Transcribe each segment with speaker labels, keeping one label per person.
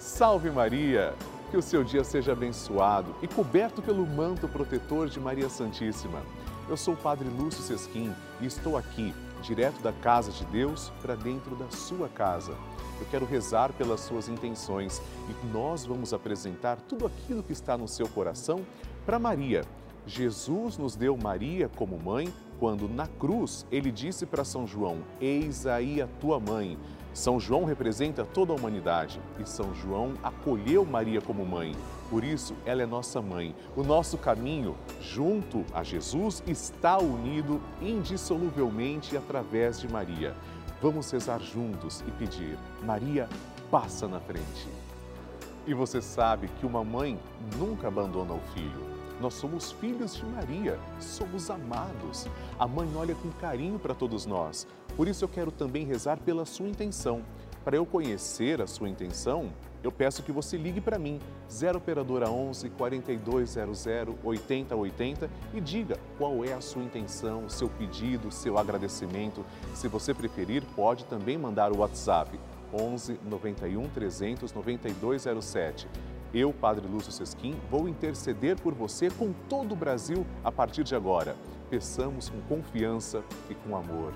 Speaker 1: Salve Maria! Que o seu dia seja abençoado e coberto pelo manto protetor de Maria Santíssima. Eu sou o Padre Lúcio Sesquim e estou aqui, direto da casa de Deus, para dentro da sua casa. Eu quero rezar pelas suas intenções e nós vamos apresentar tudo aquilo que está no seu coração para Maria. Jesus nos deu Maria como mãe quando na cruz ele disse para São João: "Eis aí a tua mãe". São João representa toda a humanidade e São João acolheu Maria como mãe. Por isso, ela é nossa mãe. O nosso caminho junto a Jesus está unido indissoluvelmente através de Maria. Vamos rezar juntos e pedir: Maria, passa na frente. E você sabe que uma mãe nunca abandona o filho. Nós somos filhos de Maria, somos amados. A mãe olha com carinho para todos nós. Por isso eu quero também rezar pela sua intenção. Para eu conhecer a sua intenção, eu peço que você ligue para mim, 0 Operadora 11 4200 8080 e diga qual é a sua intenção, o seu pedido, o seu agradecimento. Se você preferir, pode também mandar o WhatsApp 11 91 300 9207. Eu, Padre Lúcio Sesquim, vou interceder por você com todo o Brasil a partir de agora. Peçamos com confiança e com amor.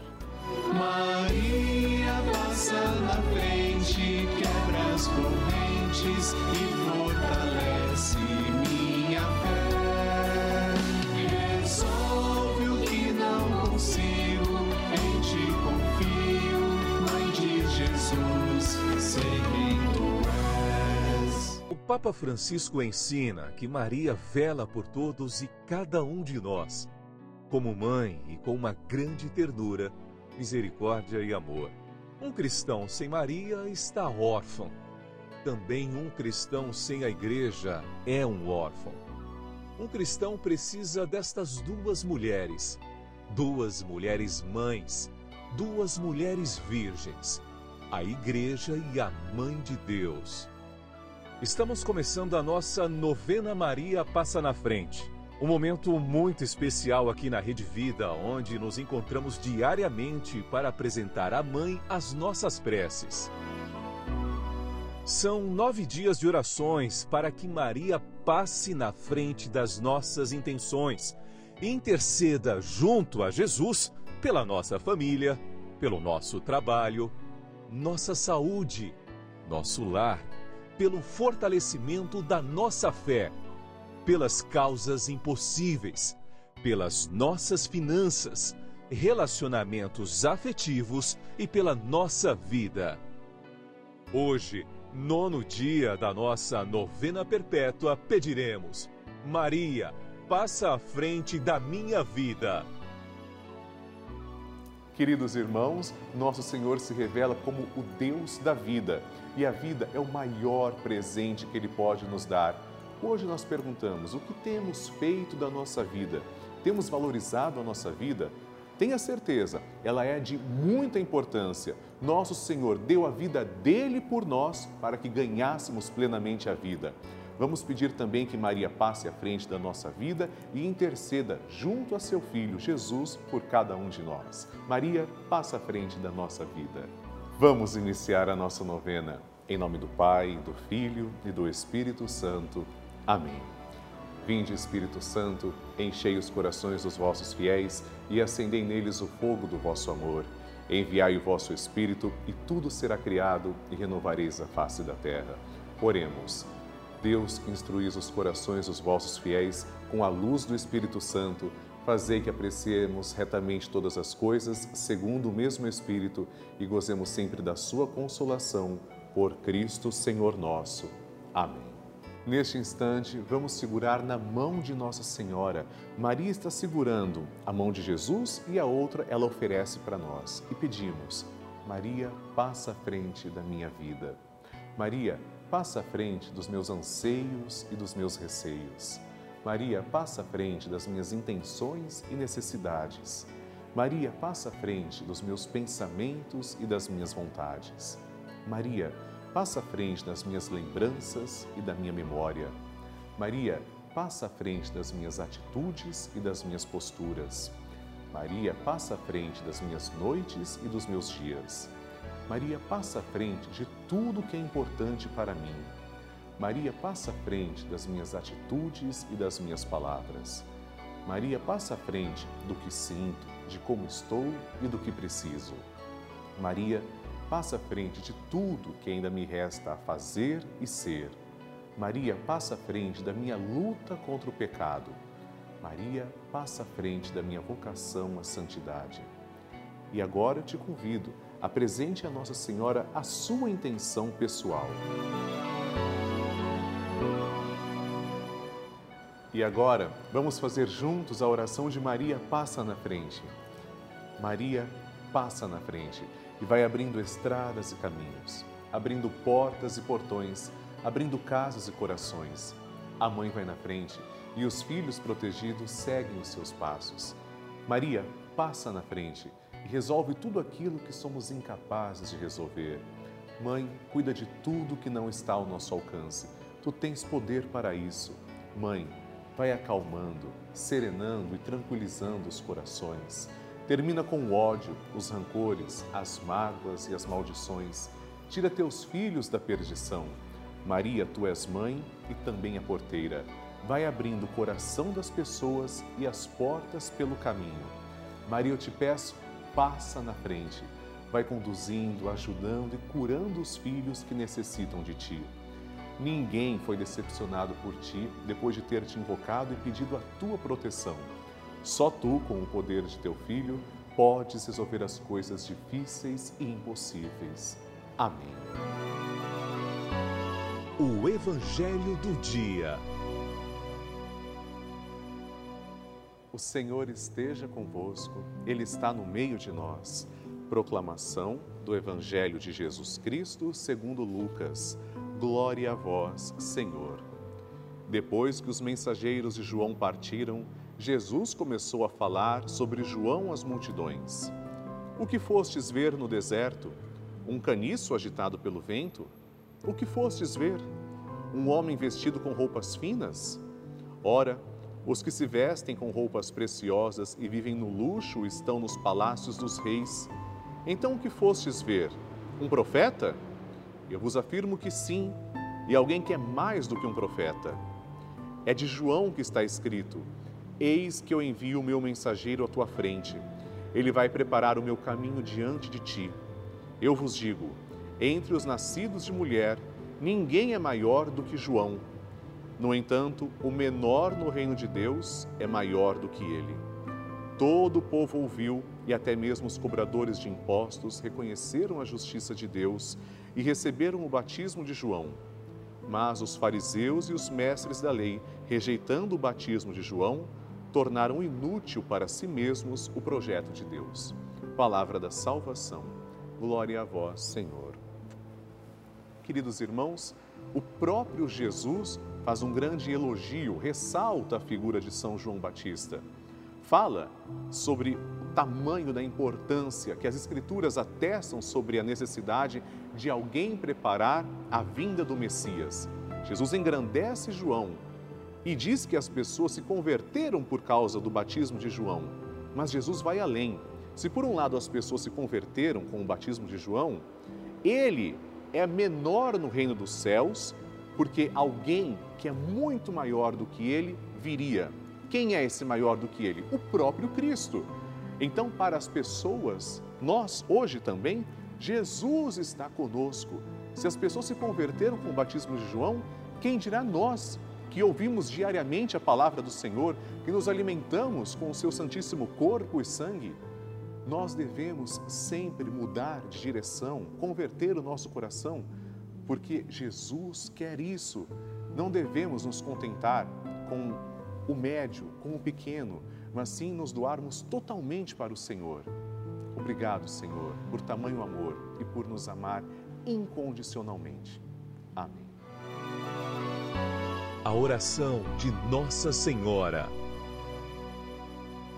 Speaker 2: Maria passa na frente, quebra as correntes e fortalece minha fé. Resolve o que não consigo, em ti confio, Mãe de Jesus, sei quem tu és.
Speaker 3: O Papa Francisco ensina que Maria vela por todos e cada um de nós, como mãe e com uma grande ternura, misericórdia e amor. Um cristão sem Maria está órfão. Também um cristão sem a igreja é um órfão. Um cristão precisa destas duas mulheres mães, duas mulheres virgens, a igreja e a Mãe de Deus. Estamos começando a nossa novena Maria Passa na Frente. Um momento muito especial aqui na Rede Vida, onde nos encontramos diariamente para apresentar à Mãe as nossas preces. São 9 dias de orações para que Maria passe na frente das nossas intenções e interceda junto a Jesus pela nossa família, pelo nosso trabalho, nossa saúde, nosso lar, pelo fortalecimento da nossa fé, pelas causas impossíveis, pelas nossas finanças, relacionamentos afetivos e pela nossa vida. Hoje, 9º dia da nossa novena perpétua, pediremos: Maria, passa à frente da minha vida.
Speaker 1: Queridos irmãos, nosso Senhor se revela como o Deus da vida e a vida é o maior presente que Ele pode nos dar. Hoje nós perguntamos: o que temos feito da nossa vida? Temos valorizado a nossa vida? Tenha certeza, ela é de muita importância. Nosso Senhor deu a vida dele por nós para que ganhássemos plenamente a vida. Vamos pedir também que Maria passe à frente da nossa vida e interceda junto a seu Filho Jesus por cada um de nós. Maria, passa à frente da nossa vida. Vamos iniciar a nossa novena. Em nome do Pai, do Filho e do Espírito Santo. Amém. Vinde, Espírito Santo, enchei os corações dos vossos fiéis e acendei neles o fogo do vosso amor. Enviai o vosso Espírito e tudo será criado e renovareis a face da terra. Oremos. Deus, que instruís os corações dos vossos fiéis com a luz do Espírito Santo, fazei que apreciemos retamente todas as coisas segundo o mesmo Espírito e gozemos sempre da sua consolação. Por Cristo, Senhor nosso. Amém. Neste instante, vamos segurar na mão de Nossa Senhora. Maria está segurando a mão de Jesus e a outra ela oferece para nós. E pedimos: Maria, passa à frente da minha vida. Maria, passa à frente dos meus anseios e dos meus receios. Maria, passa à frente das minhas intenções e necessidades. Maria, passa à frente dos meus pensamentos e das minhas vontades. Maria, passa à frente das minhas lembranças e da minha memória. Maria, passa à frente das minhas atitudes e das minhas posturas. Maria, passa à frente das minhas noites e dos meus dias. Maria, passa à frente de tudo que é importante para mim. Maria, passa à frente das minhas atitudes e das minhas palavras. Maria, passa à frente do que sinto, de como estou e do que preciso. Maria, passa à frente de tudo que ainda me resta a fazer e ser. Maria, passa à frente da minha luta contra o pecado. Maria, passa à frente da minha vocação à santidade. E agora eu te convido, apresente a Nossa Senhora a sua intenção pessoal. E agora, vamos fazer juntos a oração de Maria passa na frente. Maria passa na frente e vai abrindo estradas e caminhos, abrindo portas e portões, abrindo casas e corações. A mãe vai na frente e os filhos protegidos seguem os seus passos. Maria passa na frente e resolve tudo aquilo que somos incapazes de resolver. Mãe, cuida de tudo que não está ao nosso alcance. Tu tens poder para isso. Mãe, vai acalmando, serenando e tranquilizando os corações. Termina com o ódio, os rancores, as mágoas e as maldições. Tira teus filhos da perdição. Maria, tu és mãe e também a porteira. Vai abrindo o coração das pessoas e as portas pelo caminho. Maria, eu te peço, passa na frente. Vai conduzindo, ajudando e curando os filhos que necessitam de ti. Ninguém foi decepcionado por ti depois de ter te invocado e pedido a tua proteção. Só tu, com o poder de teu Filho, podes resolver as coisas difíceis e impossíveis. Amém.
Speaker 3: O Evangelho do Dia.
Speaker 1: O Senhor esteja convosco, Ele está no meio de nós. Proclamação do Evangelho de Jesus Cristo segundo Lucas. Glória a vós, Senhor. Depois que os mensageiros de João partiram, Jesus começou a falar sobre João às multidões. O que fostes ver no deserto? Um caniço agitado pelo vento? O que fostes ver? Um homem vestido com roupas finas? Ora, os que se vestem com roupas preciosas e vivem no luxo estão nos palácios dos reis. Então o que fostes ver? Um profeta? Eu vos afirmo que sim, e alguém que é mais do que um profeta. É de João que está escrito: eis que eu envio o meu mensageiro à tua frente. Ele vai preparar o meu caminho diante de ti. Eu vos digo, entre os nascidos de mulher, ninguém é maior do que João. No entanto, o menor no reino de Deus é maior do que ele. Todo o povo ouviu e até mesmo os cobradores de impostos reconheceram a justiça de Deus e receberam o batismo de João. Mas os fariseus e os mestres da lei, rejeitando o batismo de João, tornaram inútil para si mesmos o projeto de Deus. Palavra da salvação. Glória a vós, Senhor. Queridos irmãos, o próprio Jesus faz um grande elogio, ressalta a figura de São João Batista. Fala sobre o tamanho da importância que as Escrituras atestam sobre a necessidade de alguém preparar a vinda do Messias. Jesus engrandece João e diz que as pessoas se converteram por causa do batismo de João. Mas Jesus vai além. Se por um lado as pessoas se converteram com o batismo de João, ele é menor no reino dos céus, porque alguém que é muito maior do que ele viria. Quem é esse maior do que ele? O próprio Cristo. Então, para as pessoas, nós hoje também, Jesus está conosco. Se as pessoas se converteram com o batismo de João, quem dirá nós, que ouvimos diariamente a palavra do Senhor, que nos alimentamos com o seu santíssimo corpo e sangue? Nós devemos sempre mudar de direção, converter o nosso coração, porque Jesus quer isso. Não devemos nos contentar com o médio, com o pequeno, mas sim nos doarmos totalmente para o Senhor. Obrigado, Senhor, por tamanho amor e por nos amar incondicionalmente. Amém.
Speaker 3: A oração de Nossa Senhora.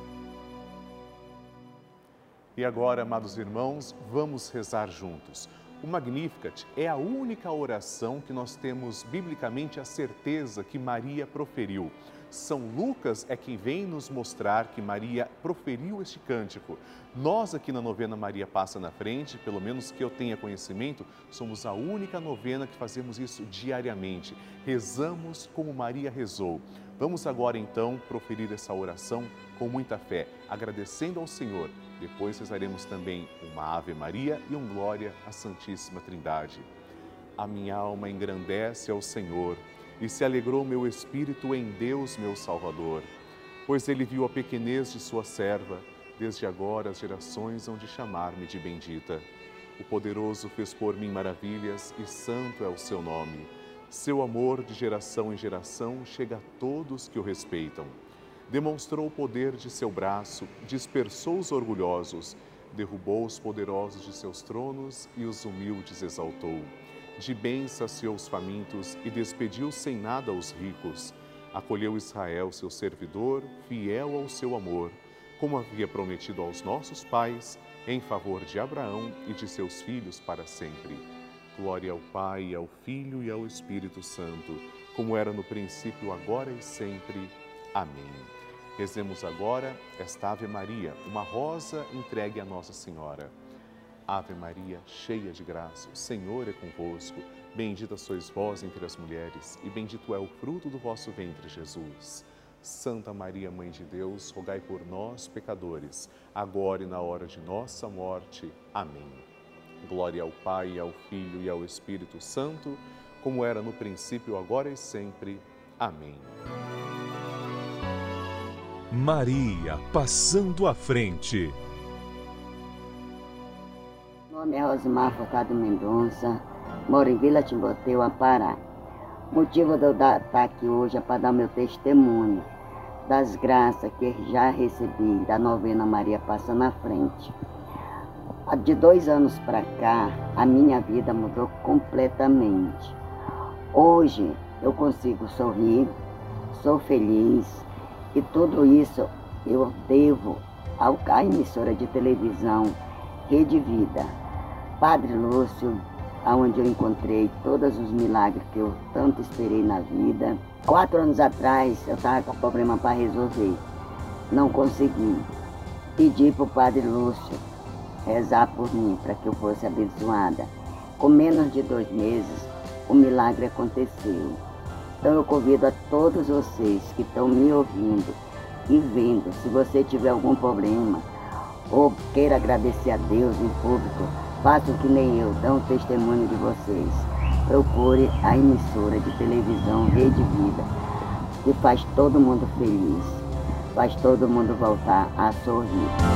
Speaker 1: E agora, amados irmãos, vamos rezar juntos. O Magnificat é a única oração que nós temos biblicamente a certeza que Maria proferiu. São Lucas é quem vem nos mostrar que Maria proferiu este cântico. Nós aqui na novena Maria Passa na Frente, pelo menos que eu tenha conhecimento, somos a única novena que fazemos isso diariamente. Rezamos como Maria rezou. Vamos agora então proferir essa oração com muita fé, agradecendo ao Senhor. Depois rezaremos também uma Ave Maria e um Glória à Santíssima Trindade. A minha alma engrandece ao Senhor e se alegrou meu espírito em Deus, meu Salvador, pois Ele viu a pequenez de sua serva. Desde agora as gerações hão de chamar-me de bendita. O Poderoso fez por mim maravilhas e santo é o seu nome. Seu amor de geração em geração chega a todos que o respeitam. Demonstrou o poder de seu braço, dispersou os orgulhosos, derrubou os poderosos de seus tronos e os humildes exaltou. De bem saciou os famintos e despediu sem nada os ricos. Acolheu Israel, seu servidor, fiel ao seu amor, como havia prometido aos nossos pais, em favor de Abraão e de seus filhos para sempre. Glória ao Pai, ao Filho e ao Espírito Santo, como era no princípio, agora e sempre. Amém. Rezemos agora esta Ave Maria, uma rosa entregue a Nossa Senhora. Ave Maria, cheia de graça, o Senhor é convosco. Bendita sois vós entre as mulheres, e bendito é o fruto do vosso ventre, Jesus. Santa Maria, Mãe de Deus, rogai por nós, pecadores, agora e na hora de nossa morte. Amém. Glória ao Pai, ao Filho e ao Espírito Santo, como era no princípio, agora e sempre. Amém.
Speaker 3: Maria passando à frente.
Speaker 4: Meu nome é Rosimar Focado Mendonça, moro em Vila Timboteu, Pará. O motivo de eu estar aqui hoje é para dar meu testemunho das graças que já recebi da novena Maria Passa na Frente. De 2 anos para cá, a minha vida mudou completamente. Hoje eu consigo sorrir, sou feliz e tudo isso eu devo à emissora de televisão Rede Vida. Padre Lúcio, onde eu encontrei todos os milagres que eu tanto esperei na vida. 4 anos atrás eu estava com problema para resolver, não consegui. Pedi para o Padre Lúcio rezar por mim, para que eu fosse abençoada. Com menos de 2 meses, o milagre aconteceu. Então eu convido a todos vocês que estão me ouvindo e vendo, se você tiver algum problema ou queira agradecer a Deus em público, façam que nem eu, dão um testemunho de vocês. Procure a emissora de televisão Rede Vida, que faz todo mundo feliz, faz todo mundo voltar a sorrir.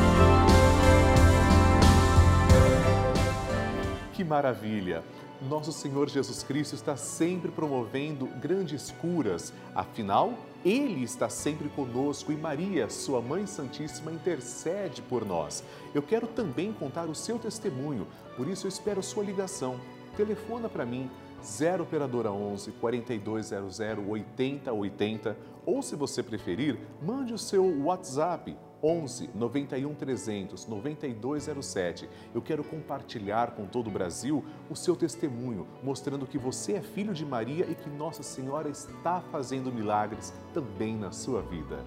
Speaker 1: Que maravilha! Nosso Senhor Jesus Cristo está sempre promovendo grandes curas. Afinal, Ele está sempre conosco e Maria, sua Mãe Santíssima, intercede por nós. Eu quero também contar o seu testemunho, por isso eu espero a sua ligação. Telefona para mim, 0 Operadora 11 4200 8080, ou se você preferir, mande o seu WhatsApp 11 91 300 9207. Eu quero compartilhar com todo o Brasil o seu testemunho, mostrando que você é filho de Maria e que Nossa Senhora está fazendo milagres também na sua vida.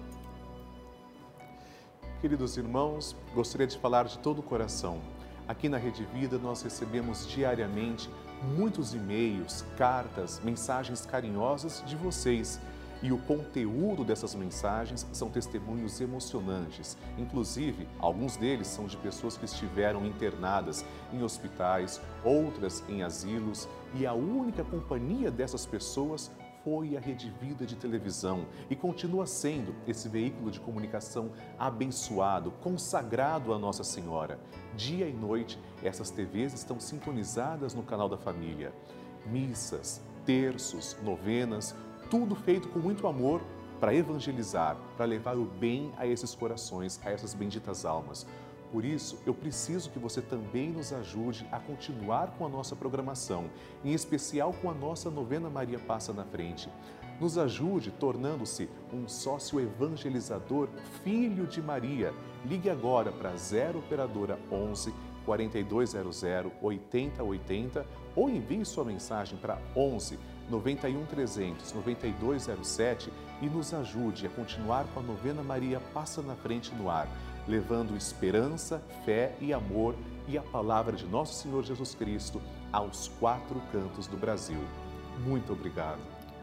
Speaker 1: Queridos irmãos, gostaria de falar de todo o coração. Aqui na Rede Vida nós recebemos diariamente muitos e-mails, cartas, mensagens carinhosas de vocês. E o conteúdo dessas mensagens são testemunhos emocionantes. Inclusive, alguns deles são de pessoas que estiveram internadas em hospitais, outras em asilos. E a única companhia dessas pessoas foi a Rede Vida de televisão. E continua sendo esse veículo de comunicação abençoado, consagrado a Nossa Senhora. Dia e noite, essas TVs estão sintonizadas no canal da família. Missas, terços, novenas, tudo feito com muito amor para evangelizar, para levar o bem a esses corações, a essas benditas almas. Por isso, eu preciso que você também nos ajude a continuar com a nossa programação, em especial com a nossa novena Maria Passa na Frente. Nos ajude tornando-se um sócio evangelizador, filho de Maria. Ligue agora para 0 Operadora 11 4200 8080 ou envie sua mensagem para 11 91 300 9207 e nos ajude a continuar com a novena Maria Passa na Frente no ar, levando esperança, fé e amor e a palavra de nosso Senhor Jesus Cristo aos 4 cantos do Brasil. Muito obrigado.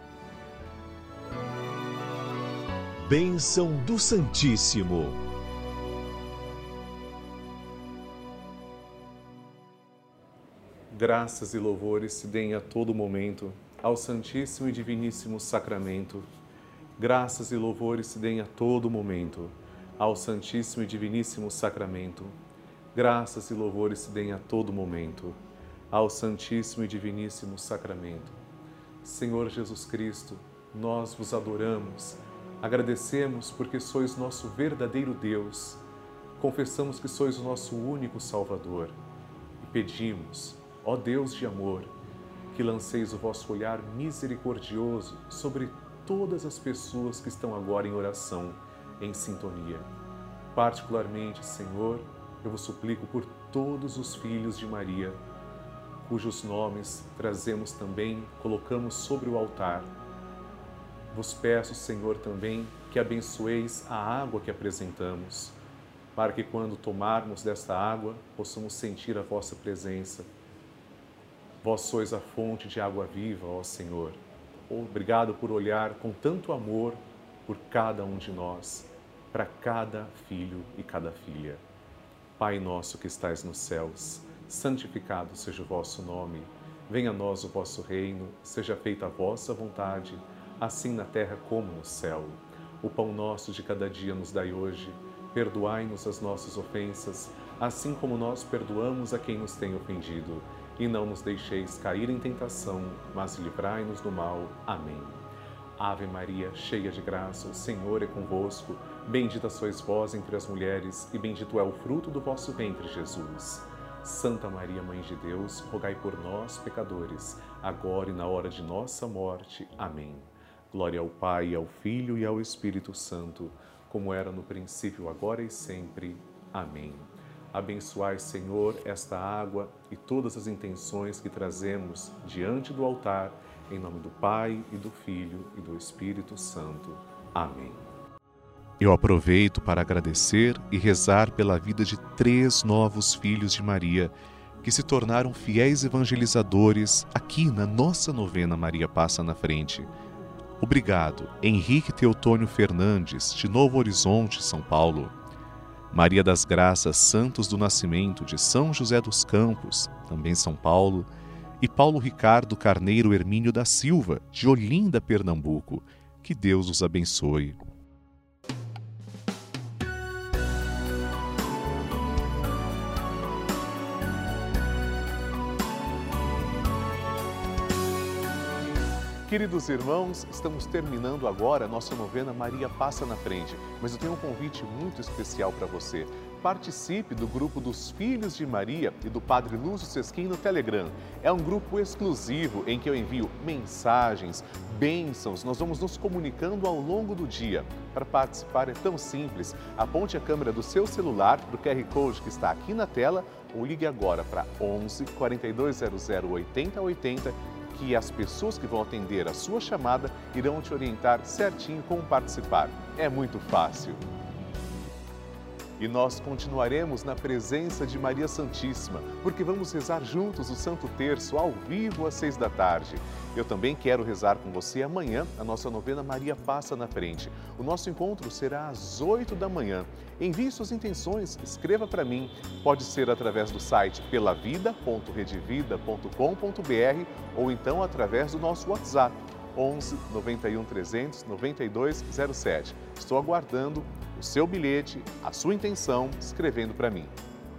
Speaker 3: Bênção do Santíssimo.
Speaker 1: Graças e louvores se deem a todo momento ao Santíssimo e Diviníssimo Sacramento. Graças e louvores se deem a todo momento ao Santíssimo e Diviníssimo Sacramento. Graças e louvores se deem a todo momento ao Santíssimo e Diviníssimo Sacramento. Senhor Jesus Cristo, nós vos adoramos, agradecemos porque sois nosso verdadeiro Deus, confessamos que sois o nosso único Salvador e pedimos, ó Deus de amor, que lanceis o vosso olhar misericordioso sobre todas as pessoas que estão agora em oração, em sintonia. Particularmente, Senhor, eu vos suplico por todos os filhos de Maria, cujos nomes trazemos também, colocamos sobre o altar. Vos peço, Senhor, também que abençoeis a água que apresentamos, para que quando tomarmos desta água, possamos sentir a vossa presença. Vós sois a fonte de água viva, ó Senhor. Obrigado por olhar com tanto amor por cada um de nós, para cada filho e cada filha. Pai nosso que estais nos céus, santificado seja o vosso nome. Venha a nós o vosso reino, seja feita a vossa vontade, assim na terra como no céu. O pão nosso de cada dia nos dai hoje. Perdoai-nos as nossas ofensas, assim como nós perdoamos a quem nos tem ofendido. E não nos deixeis cair em tentação, mas livrai-nos do mal. Amém. Ave Maria, cheia de graça, o Senhor é convosco. Bendita sois vós entre as mulheres, e bendito é o fruto do vosso ventre, Jesus. Santa Maria, Mãe de Deus, rogai por nós, pecadores, agora e na hora de nossa morte. Amém. Glória ao Pai, ao Filho e ao Espírito Santo, como era no princípio, agora e sempre. Amém. Abençoai, Senhor, esta água e todas as intenções que trazemos diante do altar, em nome do Pai, e do Filho, e do Espírito Santo. Amém. Eu aproveito para agradecer e rezar pela vida de 3 novos filhos de Maria, que se tornaram fiéis evangelizadores aqui na nossa novena Maria Passa na Frente. Obrigado, Henrique Teotônio Fernandes, de Novo Horizonte, São Paulo. Maria das Graças Santos do Nascimento, de São José dos Campos, também São Paulo. E Paulo Ricardo Carneiro Hermínio da Silva, de Olinda, Pernambuco. Que Deus os abençoe. Queridos irmãos, estamos terminando agora a nossa novena Maria Passa na Frente, mas eu tenho um convite muito especial para você. Participe do grupo dos Filhos de Maria e do Padre Lúcio Sesquim no Telegram. É um grupo exclusivo em que eu envio mensagens, bênçãos, nós vamos nos comunicando ao longo do dia. Para participar é tão simples, aponte a câmera do seu celular para o QR Code que está aqui na tela ou ligue agora para 11 4200 8080 que as pessoas que vão atender a sua chamada irão te orientar certinho como participar. É muito fácil. E nós continuaremos na presença de Maria Santíssima, porque vamos rezar juntos o Santo Terço ao vivo às 6 da tarde. Eu também quero rezar com você amanhã a nossa novena Maria Passa na Frente. O nosso encontro será às 8 da manhã. Envie suas intenções, escreva para mim. Pode ser através do site pelavida.redevida.com.br ou então através do nosso WhatsApp 11 91 300 9207. Estou aguardando o seu bilhete, a sua intenção, escrevendo para mim.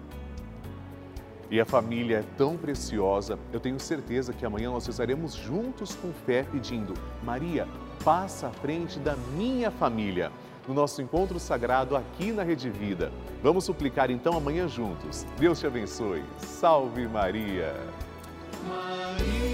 Speaker 1: E a família é tão preciosa, eu tenho certeza que amanhã nós rezaremos juntos com fé pedindo: Maria, passa à frente da minha família, no nosso encontro sagrado aqui na Rede Vida. Vamos suplicar então amanhã juntos. Deus te abençoe. Salve Maria!
Speaker 2: Maria.